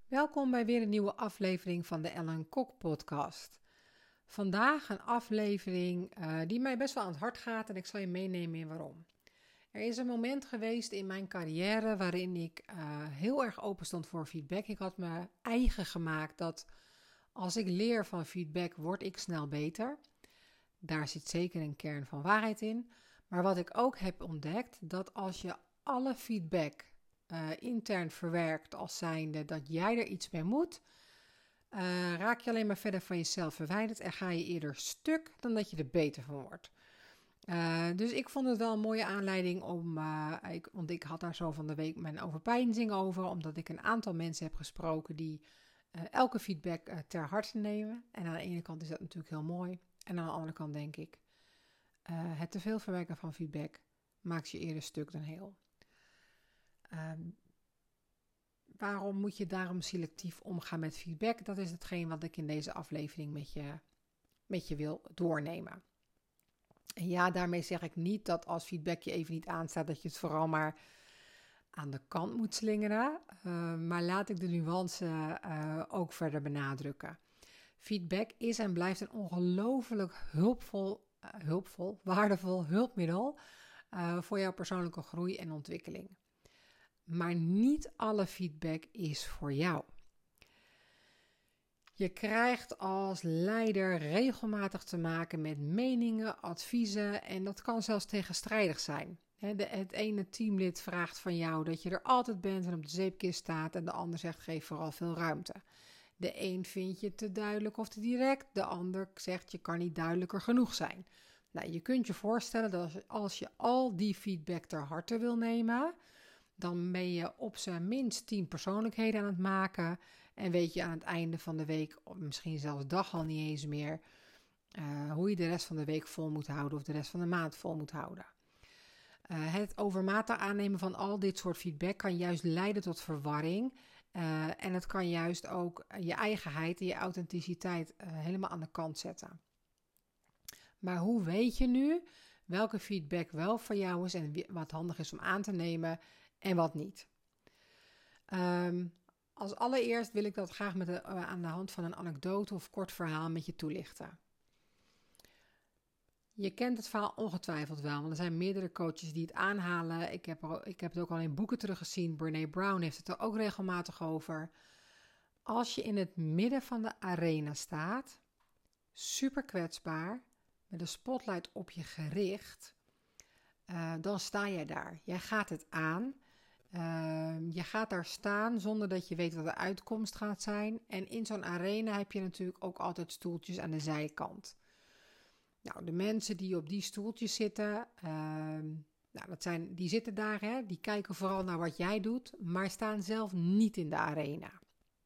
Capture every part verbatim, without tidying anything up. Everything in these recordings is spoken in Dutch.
Welkom bij weer een nieuwe aflevering van de Ellen Kok podcast. Vandaag een aflevering uh, die mij best wel aan het hart gaat en ik zal je meenemen in waarom. Er is een moment geweest in mijn carrière waarin ik uh, heel erg open stond voor feedback. Ik had me eigen gemaakt dat als ik leer van feedback, word ik snel beter. Daar zit zeker een kern van waarheid in. Maar wat ik ook heb ontdekt, dat als je alle feedback uh, intern verwerkt als zijnde dat jij er iets mee moet, uh, raak je alleen maar verder van jezelf verwijderd en ga je eerder stuk dan dat je er beter van wordt. Uh, dus ik vond het wel een mooie aanleiding om, uh, ik, want ik had daar zo van de week mijn overpeinzing over, omdat ik een aantal mensen heb gesproken die uh, elke feedback uh, ter harte nemen. En aan de ene kant is dat natuurlijk heel mooi. En aan de andere kant denk ik, uh, het te veel verwerken van feedback maakt je eerder stuk dan heel. Uh, waarom moet je daarom selectief omgaan met feedback? Dat is hetgeen wat ik in deze aflevering met je, met je wil doornemen. En ja, daarmee zeg ik niet dat als feedback je even niet aanstaat, dat je het vooral maar aan de kant moet slingeren. Uh, maar laat ik de nuance uh, ook verder benadrukken. Feedback is en blijft een ongelooflijk hulpvol, uh, hulpvol, waardevol hulpmiddel uh, voor jouw persoonlijke groei en ontwikkeling. Maar niet alle feedback is voor jou. Je krijgt als leider regelmatig te maken met meningen, adviezen en dat kan zelfs tegenstrijdig zijn. De, het ene teamlid vraagt van jou dat je er altijd bent en op de zeepkist staat en de ander zegt geef vooral veel ruimte. De een vindt je te duidelijk of te direct, de ander zegt je kan niet duidelijker genoeg zijn. Nou, je kunt je voorstellen dat als je al die feedback ter harte wil nemen, dan ben je op zijn minst tien persoonlijkheden aan het maken en weet je aan het einde van de week, of misschien zelfs dag al niet eens meer, uh, hoe je de rest van de week vol moet houden of de rest van de maand vol moet houden. Uh, het overmatig aannemen van al dit soort feedback kan juist leiden tot verwarring. Uh, en het kan juist ook je eigenheid en je authenticiteit uh, helemaal aan de kant zetten. Maar hoe weet je nu welke feedback wel voor jou is en wat handig is om aan te nemen en wat niet? Um, als allereerst wil ik dat graag met de, uh, aan de hand van een anekdote of kort verhaal met je toelichten. Je kent het verhaal ongetwijfeld wel, want er zijn meerdere coaches die het aanhalen. Ik heb, er, ik heb het ook al in boeken teruggezien. Brené Brown heeft het er ook regelmatig over. Als je in het midden van de arena staat, super kwetsbaar, met een spotlight op je gericht, uh, dan sta jij daar. Jij gaat het aan. Uh, je gaat daar staan zonder dat je weet wat de uitkomst gaat zijn. En in zo'n arena heb je natuurlijk ook altijd stoeltjes aan de zijkant. Nou, de mensen die op die stoeltjes zitten, uh, nou, dat zijn, die zitten daar, hè, die kijken vooral naar wat jij doet, maar staan zelf niet in de arena.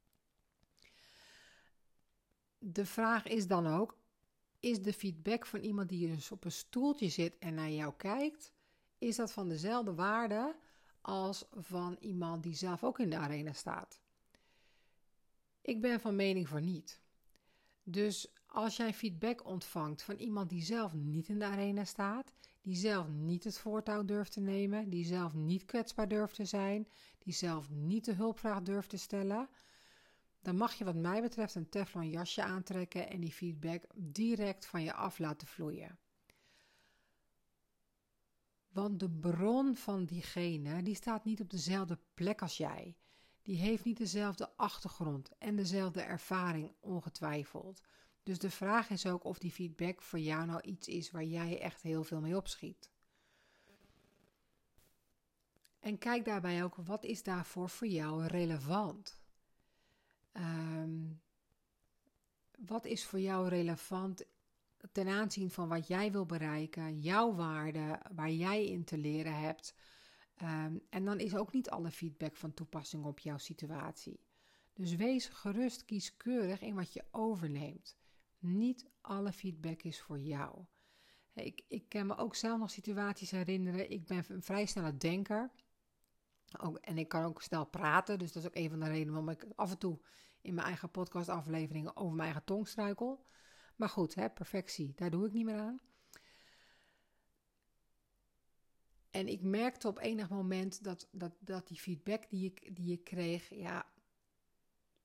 De vraag is dan ook, is de feedback van iemand die dus op een stoeltje zit en naar jou kijkt, is dat van dezelfde waarde als van iemand die zelf ook in de arena staat? Ik ben van mening voor niet. Dus als jij feedback ontvangt van iemand die zelf niet in de arena staat, die zelf niet het voortouw durft te nemen, die zelf niet kwetsbaar durft te zijn, die zelf niet de hulpvraag durft te stellen, dan mag je wat mij betreft een teflon jasje aantrekken en die feedback direct van je af laten vloeien. Want de bron van diegene, die staat niet op dezelfde plek als jij. Die heeft niet dezelfde achtergrond en dezelfde ervaring, ongetwijfeld. Dus de vraag is ook of die feedback voor jou nou iets is waar jij echt heel veel mee opschiet. En kijk daarbij ook, wat is daarvoor voor jou relevant? Um, wat is voor jou relevant ten aanzien van wat jij wil bereiken, jouw waarde, waar jij in te leren hebt? Um, en dan is ook niet alle feedback van toepassing op jouw situatie. Dus wees gerust kieskeurig in wat je overneemt. Niet alle feedback is voor jou. Ik, ik kan me ook zelf nog situaties herinneren. Ik ben een vrij snelle denker. Ook, en ik kan ook snel praten. Dus dat is ook een van de redenen waarom ik af en toe in mijn eigen podcastafleveringen over mijn eigen tong struikel. Maar goed, hè, perfectie, daar doe ik niet meer aan. En ik merkte op enig moment dat, dat, dat die feedback die ik, die ik kreeg, ja,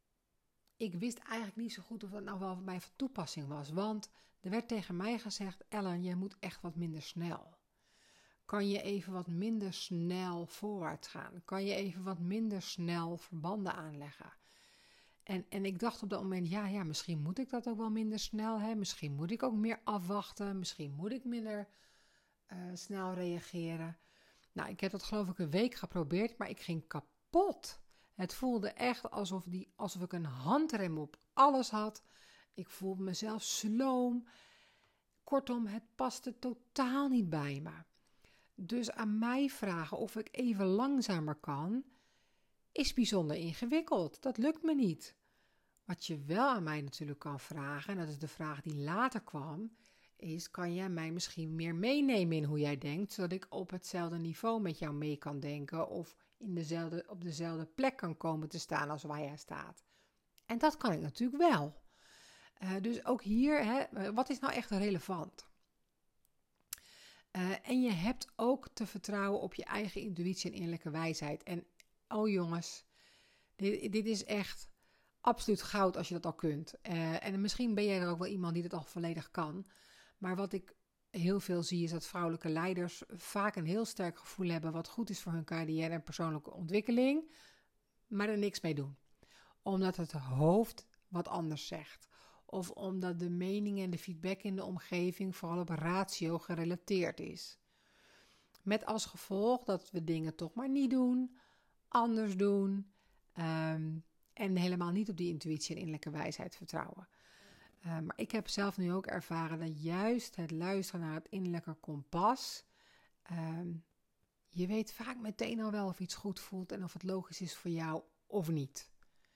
ik wist eigenlijk niet zo goed of dat nou wel bij mij van toepassing was. Want er werd tegen mij gezegd, Ellen, je moet echt wat minder snel. Kan je even wat minder snel voorwaarts gaan? Kan je even wat minder snel verbanden aanleggen? En, en ik dacht op dat moment, ja, ja, misschien moet ik dat ook wel minder snel. Hè? Misschien moet ik ook meer afwachten. Misschien moet ik minder uh, snel reageren. Nou, ik heb dat geloof ik een week geprobeerd, maar ik ging kapot. Het voelde echt alsof, die, alsof ik een handrem op alles had. Ik voelde mezelf sloom. Kortom, het paste totaal niet bij me. Dus aan mij vragen of ik even langzamer kan, is bijzonder ingewikkeld. Dat lukt me niet. Wat je wel aan mij natuurlijk kan vragen, en dat is de vraag die later kwam, is: kan jij mij misschien meer meenemen in hoe jij denkt, zodat ik op hetzelfde niveau met jou mee kan denken of in dezelfde, op dezelfde plek kan komen te staan als waar jij staat? En dat kan ik natuurlijk wel. Uh, dus ook hier, hè, wat is nou echt relevant? Uh, en je hebt ook te vertrouwen op je eigen intuïtie en innerlijke wijsheid. En oh jongens, dit, dit is echt absoluut goud als je dat al kunt. Uh, en misschien ben jij er ook wel iemand die dat al volledig kan. Maar wat ik heel veel zie is dat vrouwelijke leiders vaak een heel sterk gevoel hebben wat goed is voor hun carrière en persoonlijke ontwikkeling, maar er niks mee doen. Omdat het hoofd wat anders zegt. Of omdat de mening en de feedback in de omgeving vooral op ratio gerelateerd is. Met als gevolg dat we dingen toch maar niet doen, anders doen um, en helemaal niet op die intuïtie en innerlijke wijsheid vertrouwen. Uh, maar ik heb zelf nu ook ervaren dat juist het luisteren naar het innerlijke kompas, um, je weet vaak meteen al wel of iets goed voelt en of het logisch is voor jou of niet.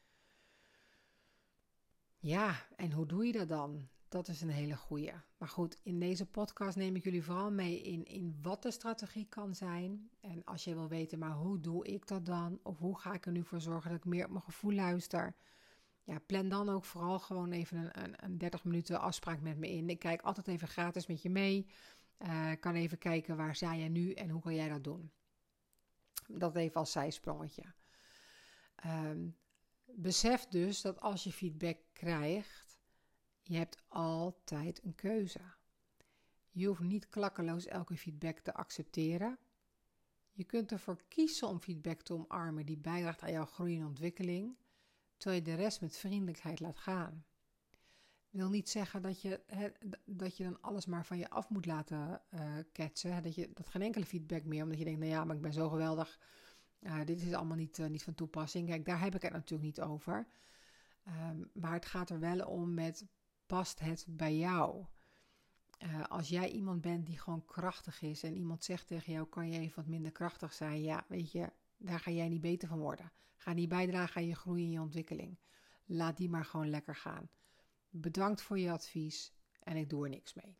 Ja, en hoe doe je dat dan? Dat is een hele goeie. Maar goed, in deze podcast neem ik jullie vooral mee in, in wat de strategie kan zijn. En als je wil weten, maar hoe doe ik dat dan? Of hoe ga ik er nu voor zorgen dat ik meer op mijn gevoel luister? Ja, plan dan ook vooral gewoon even een, een, een dertig minuten afspraak met me in. Ik kijk altijd even gratis met je mee. Uh, kan even kijken waar sta jij nu en hoe kan jij dat doen? Dat even als zijsprongetje. Um, Besef dus dat als je feedback krijgt, je hebt altijd een keuze. Je hoeft niet klakkeloos elke feedback te accepteren. Je kunt ervoor kiezen om feedback te omarmen die bijdraagt aan jouw groei en ontwikkeling, terwijl je de rest met vriendelijkheid laat gaan. Ik wil niet zeggen dat je, he, dat je dan alles maar van je af moet laten uh, ketsen. He, dat, je, dat geen enkele feedback meer, omdat je denkt, nou ja, maar ik ben zo geweldig. Uh, dit is allemaal niet, uh, niet van toepassing. Kijk, daar heb ik het natuurlijk niet over. Um, maar het gaat er wel om met, past het bij jou? Uh, als jij iemand bent die gewoon krachtig is en iemand zegt tegen jou, kan je even wat minder krachtig zijn? Ja, weet je, daar ga jij niet beter van worden. Ga niet bijdragen aan je groei en je ontwikkeling. Laat die maar gewoon lekker gaan. Bedankt voor je advies en ik doe er niks mee.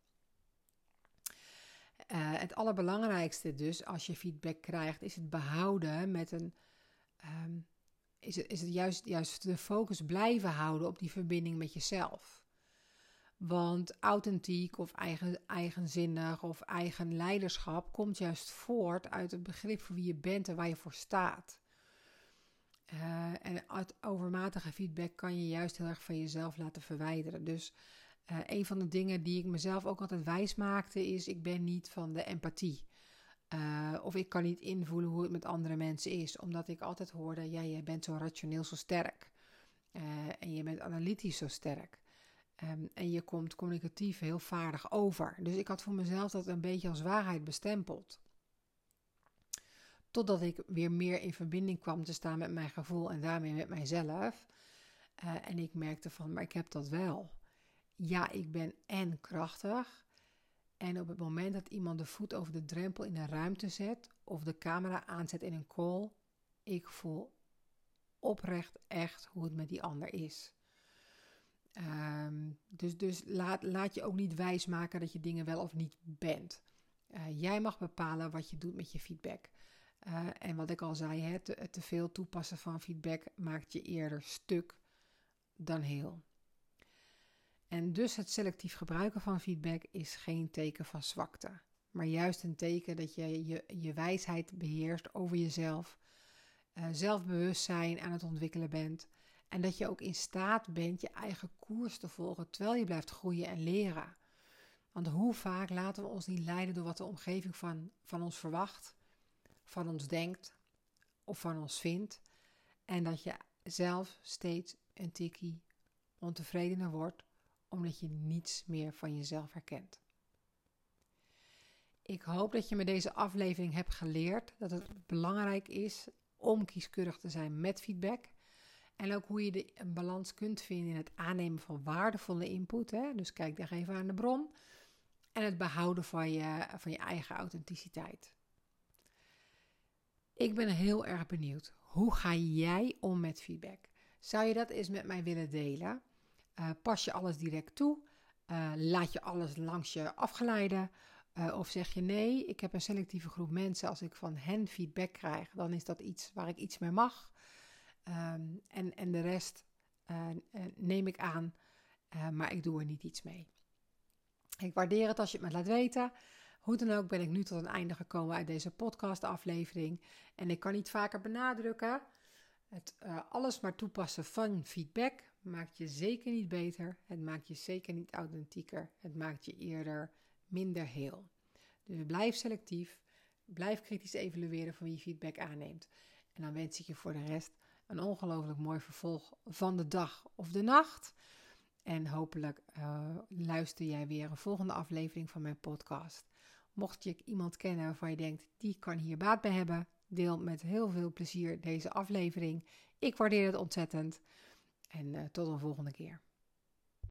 Uh, het allerbelangrijkste dus, als je feedback krijgt, is het behouden met een... Um, is het, is het juist, juist de focus blijven houden op die verbinding met jezelf. Want authentiek of eigen, eigenzinnig of eigen leiderschap komt juist voort uit het begrip voor wie je bent en waar je voor staat. Uh, en uit overmatige feedback kan je juist heel erg van jezelf laten verwijderen. Dus uh, een van de dingen die ik mezelf ook altijd wijs maakte is, ik ben niet van de empathie. Uh, of ik kan niet invoelen hoe het met andere mensen is. Omdat ik altijd hoorde, ja, jij bent zo rationeel zo sterk. Uh, en je bent analytisch zo sterk. Um, en je komt communicatief heel vaardig over. Dus ik had voor mezelf dat een beetje als waarheid bestempeld. Totdat ik weer meer in verbinding kwam te staan met mijn gevoel en daarmee met mijzelf. Uh, en ik merkte van, maar ik heb dat wel. Ja, ik ben en krachtig. En op het moment dat iemand de voet over de drempel in een ruimte zet of de camera aanzet in een call, ik voel oprecht echt hoe het met die ander is. Um, dus dus laat, laat je ook niet wijsmaken dat je dingen wel of niet bent. Uh, jij mag bepalen wat je doet met je feedback. Uh, en wat ik al zei, hè, te, te veel toepassen van feedback maakt je eerder stuk dan heel. En dus het selectief gebruiken van feedback is geen teken van zwakte. Maar juist een teken dat je je, je wijsheid beheerst over jezelf. Uh, zelfbewustzijn aan het ontwikkelen bent. En dat je ook in staat bent je eigen koers te volgen terwijl je blijft groeien en leren. Want hoe vaak laten we ons niet leiden door wat de omgeving van, van ons verwacht, van ons denkt of van ons vindt. En dat je zelf steeds een tikkie ontevredener wordt omdat je niets meer van jezelf herkent. Ik hoop dat je met deze aflevering hebt geleerd dat het belangrijk is om kieskeurig te zijn met feedback. En ook hoe je de, een balans kunt vinden in het aannemen van waardevolle input. Hè? Dus kijk daar even aan de bron. En het behouden van je, van je eigen authenticiteit. Ik ben heel erg benieuwd. Hoe ga jij om met feedback? Zou je dat eens met mij willen delen? Uh, pas je alles direct toe? Uh, laat je alles langs je afglijden? Uh, of zeg je nee, ik heb een selectieve groep mensen. Als ik van hen feedback krijg, dan is dat iets waar ik iets mee mag. Um, en, en de rest uh, neem ik aan, uh, maar ik doe er niet iets mee. Ik waardeer het als je het me laat weten. Hoe dan ook ben ik nu tot een einde gekomen uit deze podcastaflevering. En ik kan niet vaker benadrukken. Het uh, alles maar toepassen van feedback maakt je zeker niet beter. Het maakt je zeker niet authentieker. Het maakt je eerder minder heel. Dus blijf selectief. Blijf kritisch evalueren van wie je feedback aanneemt. En dan wens ik je voor de rest een ongelooflijk mooi vervolg van de dag of de nacht. En hopelijk uh, luister jij weer een volgende aflevering van mijn podcast. Mocht je iemand kennen waarvan je denkt, die kan hier baat bij hebben, deel met heel veel plezier deze aflevering. Ik waardeer het ontzettend. En uh, tot een volgende keer.